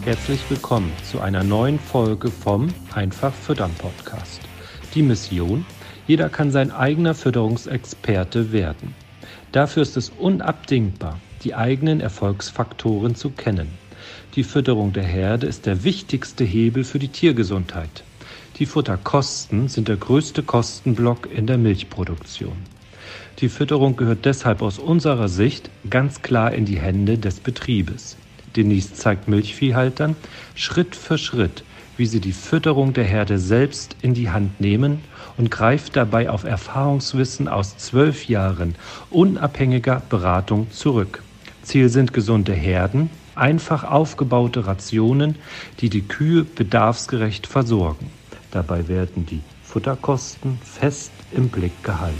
Herzlich willkommen zu einer neuen Folge vom Einfach Füttern Podcast. Die Mission: Jeder kann sein eigener Fütterungsexperte werden. Dafür ist es unabdingbar, die eigenen Erfolgsfaktoren zu kennen. Die Fütterung der Herde ist der wichtigste Hebel für die Tiergesundheit. Die Futterkosten sind der größte Kostenblock in der Milchproduktion. Die Fütterung gehört deshalb aus unserer Sicht ganz klar in die Hände des Betriebes. Denise zeigt Milchviehhaltern Schritt für Schritt, wie sie die Fütterung der Herde selbst in die Hand nehmen und greift dabei auf Erfahrungswissen aus 12 Jahren unabhängiger Beratung zurück. Ziel sind gesunde Herden, einfach aufgebaute Rationen, die die Kühe bedarfsgerecht versorgen. Dabei werden die Futterkosten fest im Blick gehalten.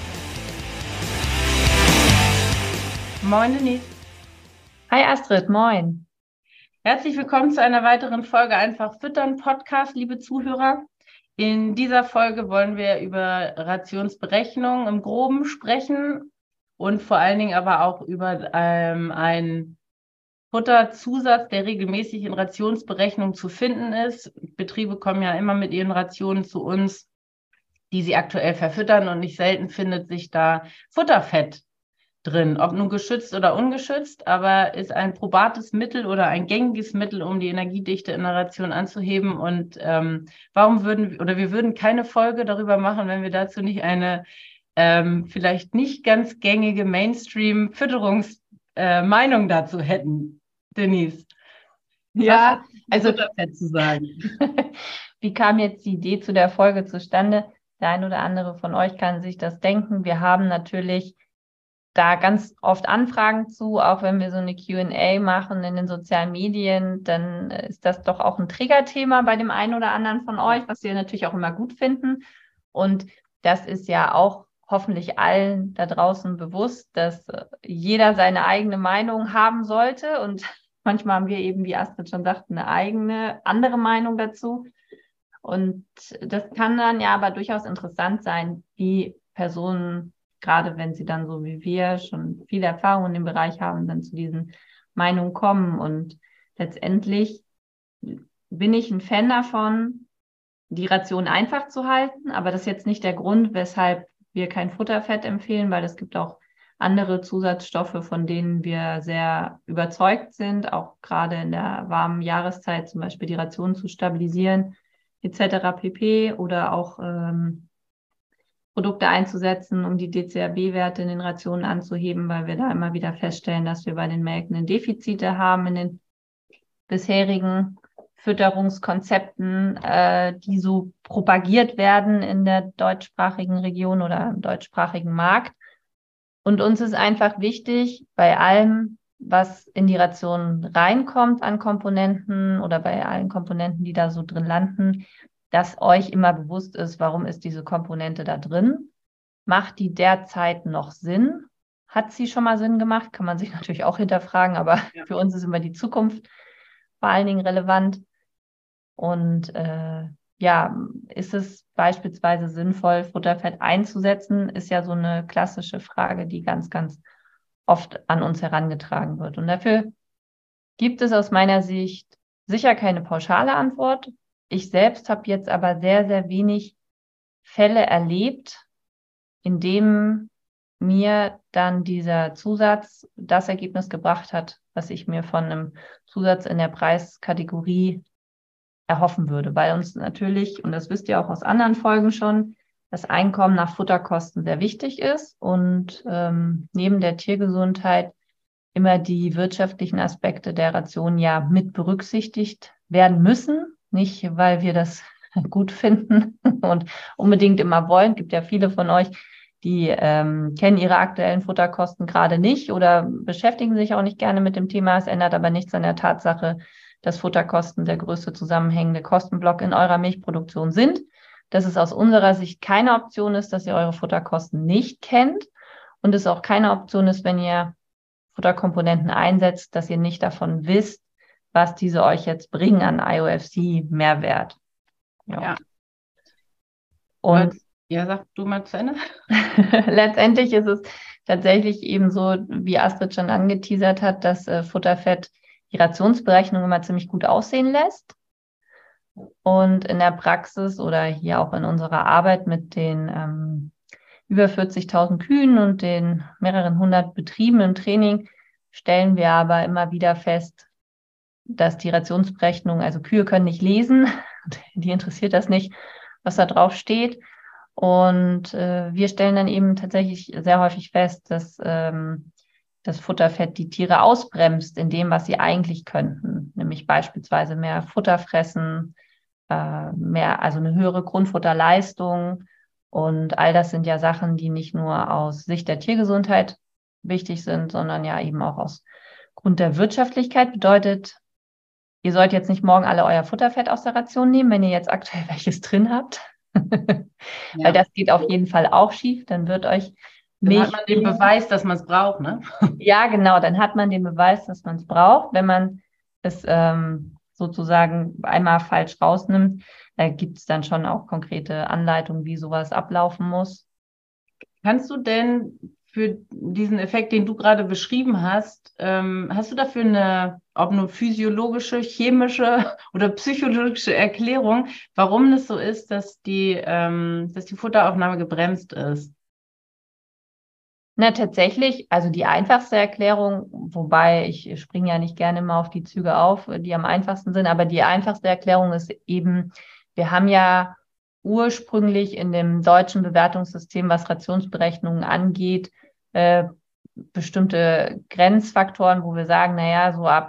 Moin Denise. Hi Astrid, moin. Herzlich willkommen zu einer weiteren Folge Einfach Füttern Podcast, liebe Zuhörer. In dieser Folge wollen wir über Rationsberechnung im Groben sprechen und vor allen Dingen aber auch über einen Futterzusatz, der regelmäßig in Rationsberechnung zu finden ist. Betriebe kommen ja immer mit ihren Rationen zu uns, die sie aktuell verfüttern, und nicht selten findet sich da Futterfett drin, ob nun geschützt oder ungeschützt, aber ist ein probates Mittel oder ein gängiges Mittel, um die Energiedichte in der Ration anzuheben. Und wir würden keine Folge darüber machen, wenn wir dazu nicht eine vielleicht nicht ganz gängige Mainstream-Fütterungsmeinung dazu hätten, Denise. Ja, also Futterfett zu sagen. wie kam jetzt die Idee zu der Folge zustande? Der ein oder andere von euch kann sich das denken. Wir haben natürlich da ganz oft Anfragen zu, auch wenn wir so eine Q&A machen in den sozialen Medien, dann ist das doch auch ein Triggerthema bei dem einen oder anderen von euch, was wir natürlich auch immer gut finden. Und das ist ja auch hoffentlich allen da draußen bewusst, dass jeder seine eigene Meinung haben sollte. Und manchmal haben wir eben, wie Astrid schon sagte, eine eigene, andere Meinung dazu. Und das kann dann ja aber durchaus interessant sein, wie Personen, gerade wenn sie dann so wie wir schon viel Erfahrung in dem Bereich haben, dann zu diesen Meinungen kommen. Und letztendlich bin ich ein Fan davon, die Ration einfach zu halten. Aber das ist jetzt nicht der Grund, weshalb wir kein Futterfett empfehlen, weil es gibt auch andere Zusatzstoffe, von denen wir sehr überzeugt sind, auch gerade in der warmen Jahreszeit zum Beispiel die Ration zu stabilisieren, etc. pp. Oder auch Produkte einzusetzen, um die DCRB-Werte in den Rationen anzuheben, weil wir da immer wieder feststellen, dass wir bei den Melkenden Defizite haben in den bisherigen Fütterungskonzepten, die so propagiert werden in der deutschsprachigen Region oder im deutschsprachigen Markt. Und uns ist einfach wichtig, bei allem, was in die Ration reinkommt an Komponenten oder bei allen Komponenten, die da so drin landen, dass euch immer bewusst ist, warum ist diese Komponente da drin? Macht die derzeit noch Sinn? Hat sie schon mal Sinn gemacht? Kann man sich natürlich auch hinterfragen, aber für uns ist immer die Zukunft vor allen Dingen relevant. Und ist es beispielsweise sinnvoll, Futterfett einzusetzen? Ist ja so eine klassische Frage, die ganz, ganz oft an uns herangetragen wird. Und dafür gibt es aus meiner Sicht sicher keine pauschale Antwort. Ich selbst habe jetzt aber sehr, sehr wenig Fälle erlebt, in dem mir dann dieser Zusatz das Ergebnis gebracht hat, was ich mir von einem Zusatz in der Preiskategorie erhoffen würde. Weil uns natürlich, und das wisst ihr auch aus anderen Folgen schon, das Einkommen nach Futterkosten sehr wichtig ist und neben der Tiergesundheit immer die wirtschaftlichen Aspekte der Ration ja mit berücksichtigt werden müssen. Nicht, weil wir das gut finden und unbedingt immer wollen. Es gibt ja viele von euch, die kennen ihre aktuellen Futterkosten gerade nicht oder beschäftigen sich auch nicht gerne mit dem Thema. Es ändert aber nichts an der Tatsache, dass Futterkosten der größte zusammenhängende Kostenblock in eurer Milchproduktion sind. Dass es aus unserer Sicht keine Option ist, dass ihr eure Futterkosten nicht kennt und es auch keine Option ist, wenn ihr Futterkomponenten einsetzt, dass ihr nicht davon wisst, was diese euch jetzt bringen an IOFC-Mehrwert. Ja. Und sag du mal zu Ende. letztendlich ist es tatsächlich eben so, wie Astrid schon angeteasert hat, dass Futterfett die Rationsberechnung immer ziemlich gut aussehen lässt. Und in der Praxis oder hier auch in unserer Arbeit mit den über 40.000 Kühen und den mehreren hundert Betrieben im Training stellen wir aber immer wieder fest, dass die Rationsberechnung, also Kühe können nicht lesen, die interessiert das nicht, was da drauf steht. Und wir stellen dann eben tatsächlich sehr häufig fest, dass das Futterfett die Tiere ausbremst in dem, was sie eigentlich könnten, nämlich beispielsweise mehr Futter fressen, also eine höhere Grundfutterleistung. Und all das sind ja Sachen, die nicht nur aus Sicht der Tiergesundheit wichtig sind, sondern ja eben auch aus Grund der Wirtschaftlichkeit. Bedeutet, ihr sollt jetzt nicht morgen alle euer Futterfett aus der Ration nehmen, wenn ihr jetzt aktuell welches drin habt. Weil das geht auf jeden Fall auch schief. Dann wird euch Dann hat man den Beweis, dass man es braucht, ne? Ja, genau. Dann hat man den Beweis, dass man es braucht. Wenn man es sozusagen einmal falsch rausnimmt, da gibt es dann schon auch konkrete Anleitungen, wie sowas ablaufen muss. Kannst du denn für diesen Effekt, den du gerade beschrieben hast, hast du dafür eine physiologische, chemische oder psychologische Erklärung, warum das so ist, dass die Futteraufnahme gebremst ist? Na, tatsächlich, also die einfachste Erklärung, wobei ich springe ja nicht gerne immer auf die Züge auf, die am einfachsten sind, aber die einfachste Erklärung ist eben, wir haben ja ursprünglich in dem deutschen Bewertungssystem, was Rationsberechnungen angeht, bestimmte Grenzfaktoren, wo wir sagen, naja, so ab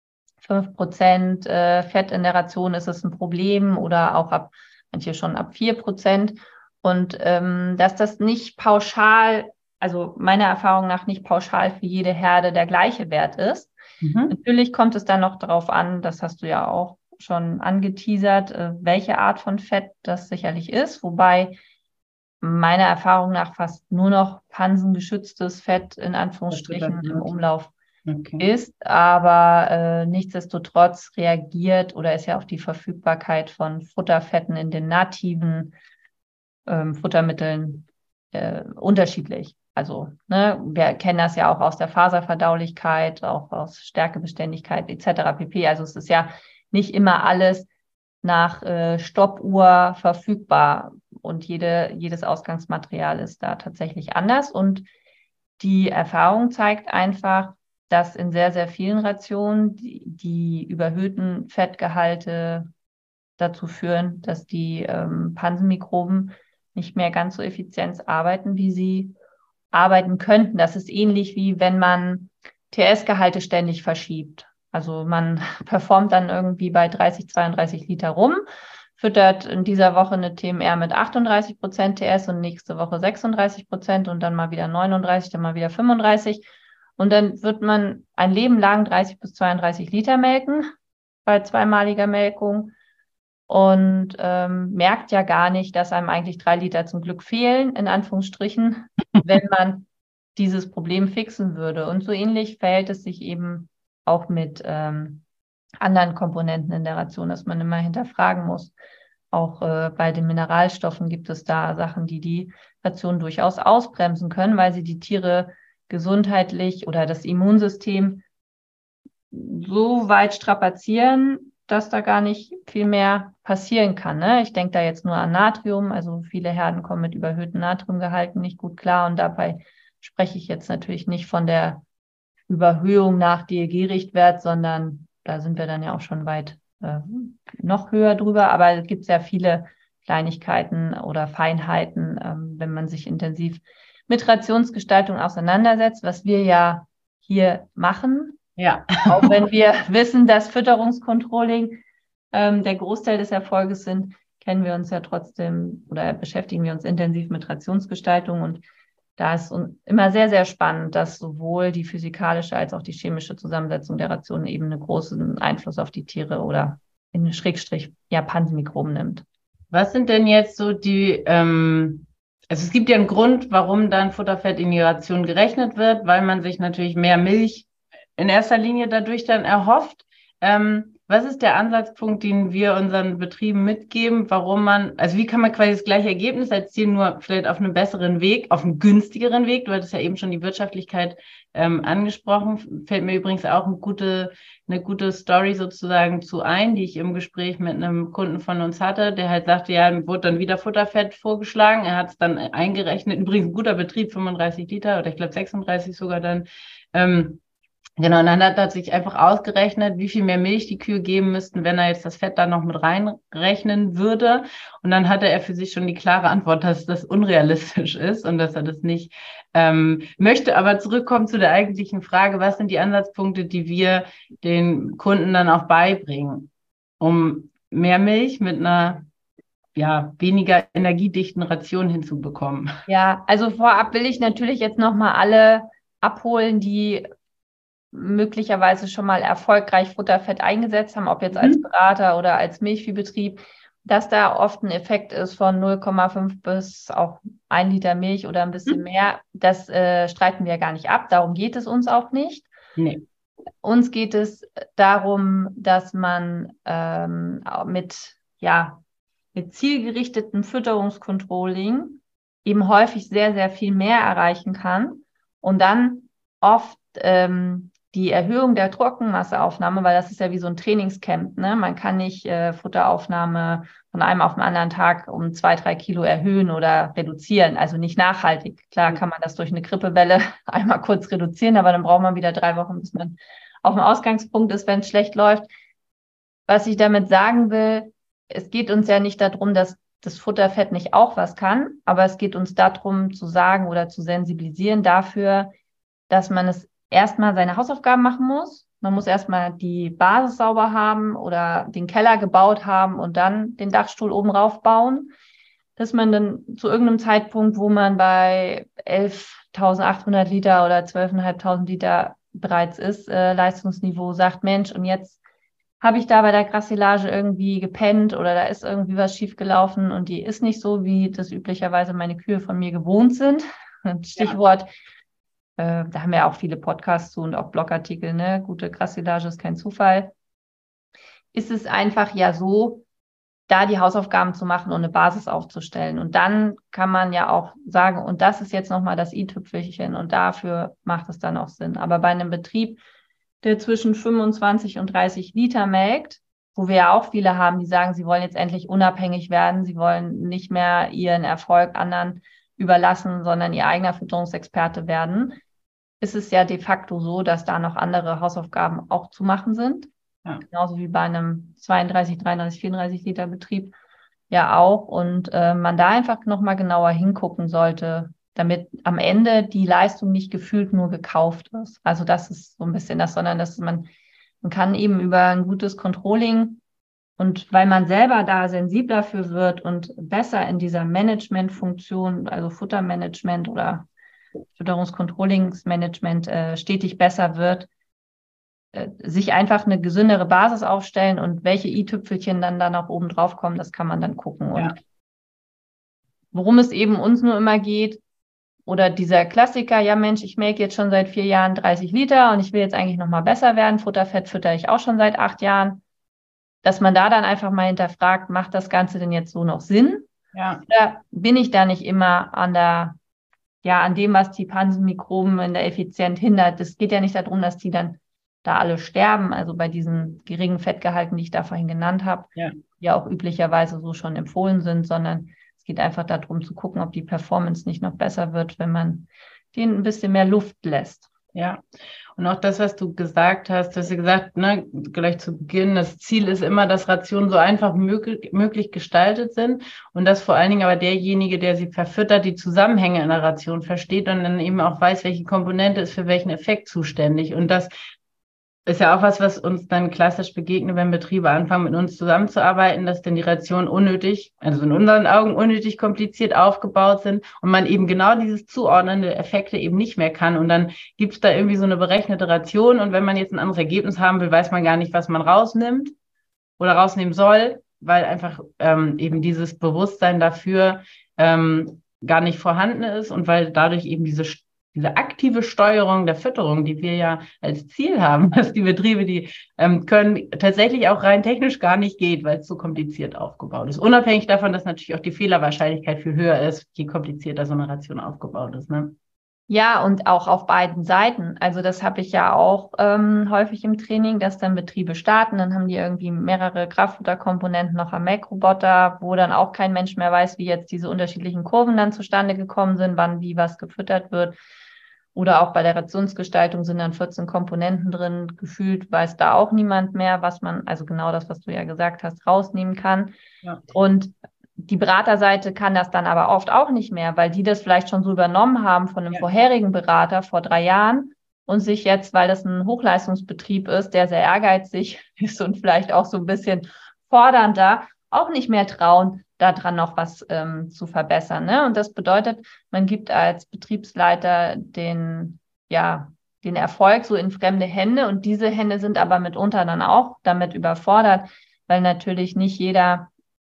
5% Fett in der Ration ist es ein Problem oder auch manche schon ab 4%. Und dass das nicht pauschal, also meiner Erfahrung nach nicht pauschal für jede Herde der gleiche Wert ist. Natürlich kommt es dann noch darauf an, das hast du ja auch schon angeteasert, welche Art von Fett das sicherlich ist, wobei meiner Erfahrung nach fast nur noch pansengeschütztes Fett in Anführungsstrichen im Umlauf ist, aber nichtsdestotrotz reagiert oder ist ja auch die Verfügbarkeit von Futterfetten in den nativen Futtermitteln unterschiedlich. Also wir kennen das ja auch aus der Faserverdaulichkeit, auch aus Stärkebeständigkeit etc. pp. Also es ist ja nicht immer alles nach Stoppuhr verfügbar und jedes Ausgangsmaterial ist da tatsächlich anders. Und die Erfahrung zeigt einfach, dass in sehr, sehr vielen Rationen die überhöhten Fettgehalte dazu führen, dass die Pansenmikroben nicht mehr ganz so effizient arbeiten, wie sie arbeiten könnten. Das ist ähnlich wie wenn man TS-Gehalte ständig verschiebt. Also man performt dann irgendwie bei 30, 32 Liter rum, füttert in dieser Woche eine TMR mit 38% TS und nächste Woche 36% und dann mal wieder 39, dann mal wieder 35. Und dann wird man ein Leben lang 30 bis 32 Liter melken bei zweimaliger Melkung und merkt ja gar nicht, dass einem eigentlich 3 Liter zum Glück fehlen, in Anführungsstrichen, wenn man dieses Problem fixen würde. Und so ähnlich verhält es sich eben auch mit anderen Komponenten in der Ration, dass man immer hinterfragen muss. Auch bei den Mineralstoffen gibt es da Sachen, die Ration durchaus ausbremsen können, weil sie die Tiere gesundheitlich oder das Immunsystem so weit strapazieren, dass da gar nicht viel mehr passieren kann. Ne? Ich denke da jetzt nur an Natrium. Also viele Herden kommen mit überhöhten Natriumgehalten nicht gut klar. Und dabei spreche ich jetzt natürlich nicht von der Überhöhung nach DEG-Richtwert, sondern da sind wir dann ja auch schon weit noch höher drüber. Aber es gibt sehr viele Kleinigkeiten oder Feinheiten, wenn man sich intensiv mit Rationsgestaltung auseinandersetzt, was wir ja hier machen. Ja. Auch wenn wir wissen, dass Fütterungscontrolling der Großteil des Erfolges sind, kennen wir uns ja trotzdem oder beschäftigen wir uns intensiv mit Rationsgestaltung. Und da ist immer sehr, sehr spannend, dass sowohl die physikalische als auch die chemische Zusammensetzung der Ration eben einen großen Einfluss auf die Tiere oder in Schrägstrich Pansenmikroben nimmt. Was sind denn jetzt so also es gibt ja einen Grund, warum dann Futterfett in die Ration gerechnet wird, weil man sich natürlich mehr Milch in erster Linie dadurch dann erhofft. was ist der Ansatzpunkt, den wir unseren Betrieben mitgeben, warum wie kann man quasi das gleiche Ergebnis erzielen, nur vielleicht auf einem besseren Weg, auf einem günstigeren Weg? Du hattest ja eben schon die Wirtschaftlichkeit angesprochen. Fällt mir übrigens auch eine gute Story sozusagen zu ein, die ich im Gespräch mit einem Kunden von uns hatte, der halt sagte, ja, ihm wurde dann wieder Futterfett vorgeschlagen. Er hat es dann eingerechnet. Übrigens ein guter Betrieb, 35 Liter oder ich glaube 36 sogar dann. Genau, und dann hat er sich einfach ausgerechnet, wie viel mehr Milch die Kühe geben müssten, wenn er jetzt das Fett da noch mit reinrechnen würde. Und dann hatte er für sich schon die klare Antwort, dass das unrealistisch ist und dass er das nicht möchte. Aber zurückkommen zu der eigentlichen Frage, was sind die Ansatzpunkte, die wir den Kunden dann auch beibringen, um mehr Milch mit einer weniger energiedichten Ration hinzubekommen? Ja, also vorab will ich natürlich jetzt nochmal alle abholen, die möglicherweise schon mal erfolgreich Futterfett eingesetzt haben, ob jetzt als Berater oder als Milchviehbetrieb, dass da oft ein Effekt ist von 0,5 bis auch 1 Liter Milch oder ein bisschen mehr. Das streiten wir gar nicht ab. Darum geht es uns auch nicht. Nee. Uns geht es darum, dass man mit zielgerichtetem Fütterungscontrolling eben häufig sehr, sehr viel mehr erreichen kann und dann oft die Erhöhung der Trockenmasseaufnahme, weil das ist ja wie so ein Trainingscamp, ne? Man kann nicht Futteraufnahme von einem auf den anderen Tag um 2-3 Kilo erhöhen oder reduzieren, also nicht nachhaltig. Klar kann man das durch eine Grippewelle einmal kurz reduzieren, aber dann braucht man wieder 3 Wochen, bis man auf dem Ausgangspunkt ist, wenn es schlecht läuft. Was ich damit sagen will, es geht uns ja nicht darum, dass das Futterfett nicht auch was kann, aber es geht uns darum zu sagen oder zu sensibilisieren dafür, dass man es erstmal seine Hausaufgaben machen muss. Man muss erstmal die Basis sauber haben oder den Keller gebaut haben und dann den Dachstuhl oben rauf bauen. Dass man dann zu irgendeinem Zeitpunkt, wo man bei 11.800 Liter oder 12.500 Liter bereits ist, Leistungsniveau, sagt, Mensch, und jetzt habe ich da bei der Grassilage irgendwie gepennt oder da ist irgendwie was schiefgelaufen und die ist nicht so, wie das üblicherweise meine Kühe von mir gewohnt sind. Stichwort, da haben wir auch viele Podcasts zu und auch Blogartikel, ne? Gute Grassilage ist kein Zufall. Ist es einfach ja so, da die Hausaufgaben zu machen und eine Basis aufzustellen. Und dann kann man ja auch sagen, und das ist jetzt nochmal das i-Tüpfelchen und dafür macht es dann auch Sinn. Aber bei einem Betrieb, der zwischen 25 und 30 Liter melkt, wo wir ja auch viele haben, die sagen, sie wollen jetzt endlich unabhängig werden, sie wollen nicht mehr ihren Erfolg anderen überlassen, sondern ihr eigener Fütterungsexperte werden, ist es ja de facto so, dass da noch andere Hausaufgaben auch zu machen sind. Ja. Genauso wie bei einem 32, 33, 34 Liter Betrieb ja auch. Und man da einfach nochmal genauer hingucken sollte, damit am Ende die Leistung nicht gefühlt nur gekauft ist. Also das ist so ein bisschen das, sondern dass man kann eben über ein gutes Controlling und weil man selber da sensibler für wird und besser in dieser Managementfunktion, also Futtermanagement oder Fütterungscontrollingsmanagement stetig besser wird, sich einfach eine gesündere Basis aufstellen und welche i-Tüpfelchen dann da noch oben drauf kommen, das kann man dann gucken. Und worum es eben uns nur immer geht, oder dieser Klassiker, ja Mensch, ich melke jetzt schon seit 4 Jahren 30 Liter und ich will jetzt eigentlich nochmal besser werden, Futterfett fütter ich auch schon seit 8 Jahren, dass man da dann einfach mal hinterfragt, macht das Ganze denn jetzt so noch Sinn? Ja. Oder bin ich da nicht immer an dem, was die Pansenmikroben in der Effizienz hindert? Es geht ja nicht darum, dass die dann da alle sterben, also bei diesen geringen Fettgehalten, die ich da vorhin genannt habe, die auch üblicherweise so schon empfohlen sind, sondern es geht einfach darum zu gucken, ob die Performance nicht noch besser wird, wenn man denen ein bisschen mehr Luft lässt. Ja, und auch das, was du gesagt hast, du gesagt, ne, gleich zu Beginn, das Ziel ist immer, dass Rationen so einfach möglich gestaltet sind und dass vor allen Dingen aber derjenige, der sie verfüttert, die Zusammenhänge in der Ration versteht und dann eben auch weiß, welche Komponente ist für welchen Effekt zuständig. Und das ist ja auch was uns dann klassisch begegnet, wenn Betriebe anfangen, mit uns zusammenzuarbeiten, dass dann die Rationen unnötig, also in unseren Augen unnötig kompliziert aufgebaut sind und man eben genau dieses zuordnende Effekte eben nicht mehr kann. Und dann gibt es da irgendwie so eine berechnete Ration und wenn man jetzt ein anderes Ergebnis haben will, weiß man gar nicht, was man rausnimmt oder rausnehmen soll, weil einfach eben dieses Bewusstsein dafür gar nicht vorhanden ist und weil dadurch eben diese diese aktive Steuerung der Fütterung, die wir ja als Ziel haben, dass die Betriebe, die können, tatsächlich auch rein technisch gar nicht geht, weil es so kompliziert aufgebaut ist. Unabhängig davon, dass natürlich auch die Fehlerwahrscheinlichkeit viel höher ist, je komplizierter so eine Ration aufgebaut ist, ne? Ja, und auch auf beiden Seiten. Also das habe ich ja auch häufig im Training, dass dann Betriebe starten, dann haben die irgendwie mehrere Kraftfutterkomponenten noch am Melkroboter, wo dann auch kein Mensch mehr weiß, wie jetzt diese unterschiedlichen Kurven dann zustande gekommen sind, wann wie was gefüttert wird. Oder auch bei der Rationsgestaltung sind dann 14 Komponenten drin. Gefühlt weiß da auch niemand mehr, was man, also genau das, was du ja gesagt hast, rausnehmen kann. Ja. Und die Beraterseite kann das dann aber oft auch nicht mehr, weil die das vielleicht schon so übernommen haben von einem vorherigen Berater vor 3 Jahren und sich jetzt, weil das ein Hochleistungsbetrieb ist, der sehr ehrgeizig ist und vielleicht auch so ein bisschen fordernder, auch nicht mehr trauen, daran noch was zu verbessern, ne? Und das bedeutet, man gibt als Betriebsleiter den Erfolg so in fremde Hände und diese Hände sind aber mitunter dann auch damit überfordert, weil natürlich nicht jeder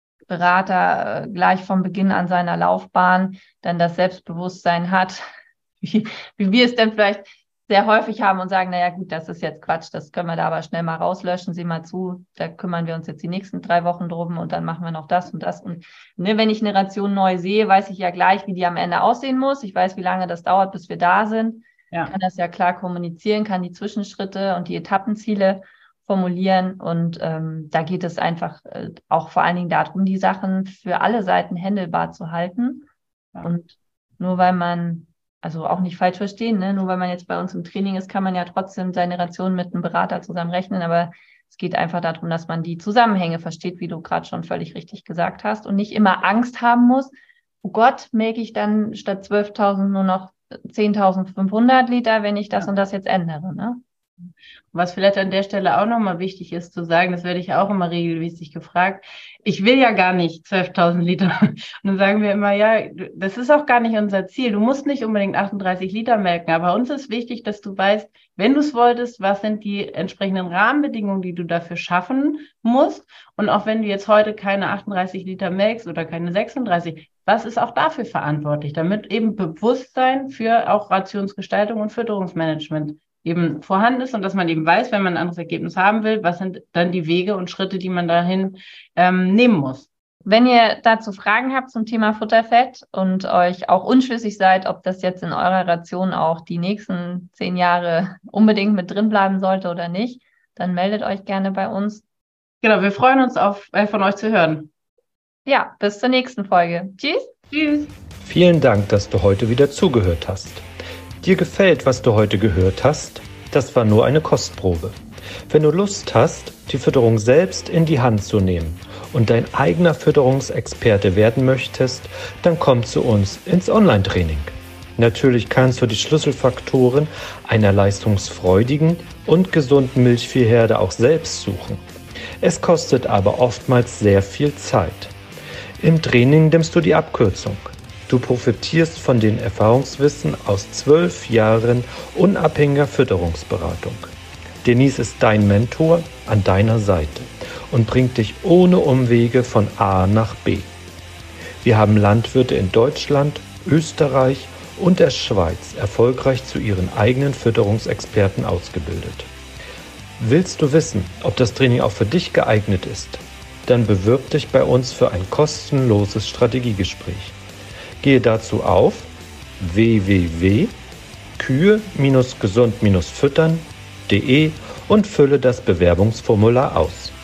Berater gleich vom Beginn an seiner Laufbahn dann das Selbstbewusstsein hat, wie wir es denn vielleicht sehr häufig haben und sagen, naja gut, das ist jetzt Quatsch, das können wir da aber schnell mal rauslöschen, sieh mal zu, da kümmern wir uns jetzt die nächsten 3 Wochen drum und dann machen wir noch das und das. Und ne, wenn ich eine Ration neu sehe, weiß ich ja gleich, wie die am Ende aussehen muss. Ich weiß, wie lange das dauert, bis wir da sind. Ja. Kann das ja klar kommunizieren, kann die Zwischenschritte und die Etappenziele formulieren und da geht es einfach auch vor allen Dingen darum, die Sachen für alle Seiten händelbar zu halten. Ja. Und nur weil man, also auch nicht falsch verstehen, ne? Nur weil man jetzt bei uns im Training ist, kann man ja trotzdem seine Ration mit einem Berater zusammen rechnen, aber es geht einfach darum, dass man die Zusammenhänge versteht, wie du gerade schon völlig richtig gesagt hast und nicht immer Angst haben muss, oh Gott, melke ich dann statt 12.000 nur noch 10.500 Liter, wenn ich das und das jetzt ändere, ne? Was vielleicht an der Stelle auch nochmal wichtig ist zu sagen, das werde ich auch immer regelmäßig gefragt, ich will ja gar nicht 12.000 Liter. Und dann sagen wir immer, ja, das ist auch gar nicht unser Ziel. Du musst nicht unbedingt 38 Liter melken, aber uns ist wichtig, dass du weißt, wenn du es wolltest, was sind die entsprechenden Rahmenbedingungen, die du dafür schaffen musst. Und auch wenn du jetzt heute keine 38 Liter melkst oder keine 36, was ist auch dafür verantwortlich, damit eben Bewusstsein für auch Rationsgestaltung und Fütterungsmanagement eben vorhanden ist und dass man eben weiß, wenn man ein anderes Ergebnis haben will, was sind dann die Wege und Schritte, die man dahin nehmen muss. Wenn ihr dazu Fragen habt zum Thema Futterfett und euch auch unschlüssig seid, ob das jetzt in eurer Ration auch die nächsten 10 Jahre unbedingt mit drin bleiben sollte oder nicht, dann meldet euch gerne bei uns. Genau, wir freuen uns von euch zu hören. Ja, bis zur nächsten Folge. Tschüss. Tschüss. Vielen Dank, dass du heute wieder zugehört hast. Dir gefällt, was du heute gehört hast? Das war nur eine Kostprobe. Wenn du Lust hast, die Fütterung selbst in die Hand zu nehmen und dein eigener Fütterungsexperte werden möchtest, dann komm zu uns ins Online-Training. Natürlich kannst du die Schlüsselfaktoren einer leistungsfreudigen und gesunden Milchviehherde auch selbst suchen. Es kostet aber oftmals sehr viel Zeit. Im Training nimmst du die Abkürzung. Du profitierst von den Erfahrungswissen aus 12 Jahren unabhängiger Fütterungsberatung. Denise ist dein Mentor an deiner Seite und bringt dich ohne Umwege von A nach B. Wir haben Landwirte in Deutschland, Österreich und der Schweiz erfolgreich zu ihren eigenen Fütterungsexperten ausgebildet. Willst du wissen, ob das Training auch für dich geeignet ist? Dann bewirb dich bei uns für ein kostenloses Strategiegespräch. Gehe dazu auf www.kühe-gesund-füttern.de und fülle das Bewerbungsformular aus.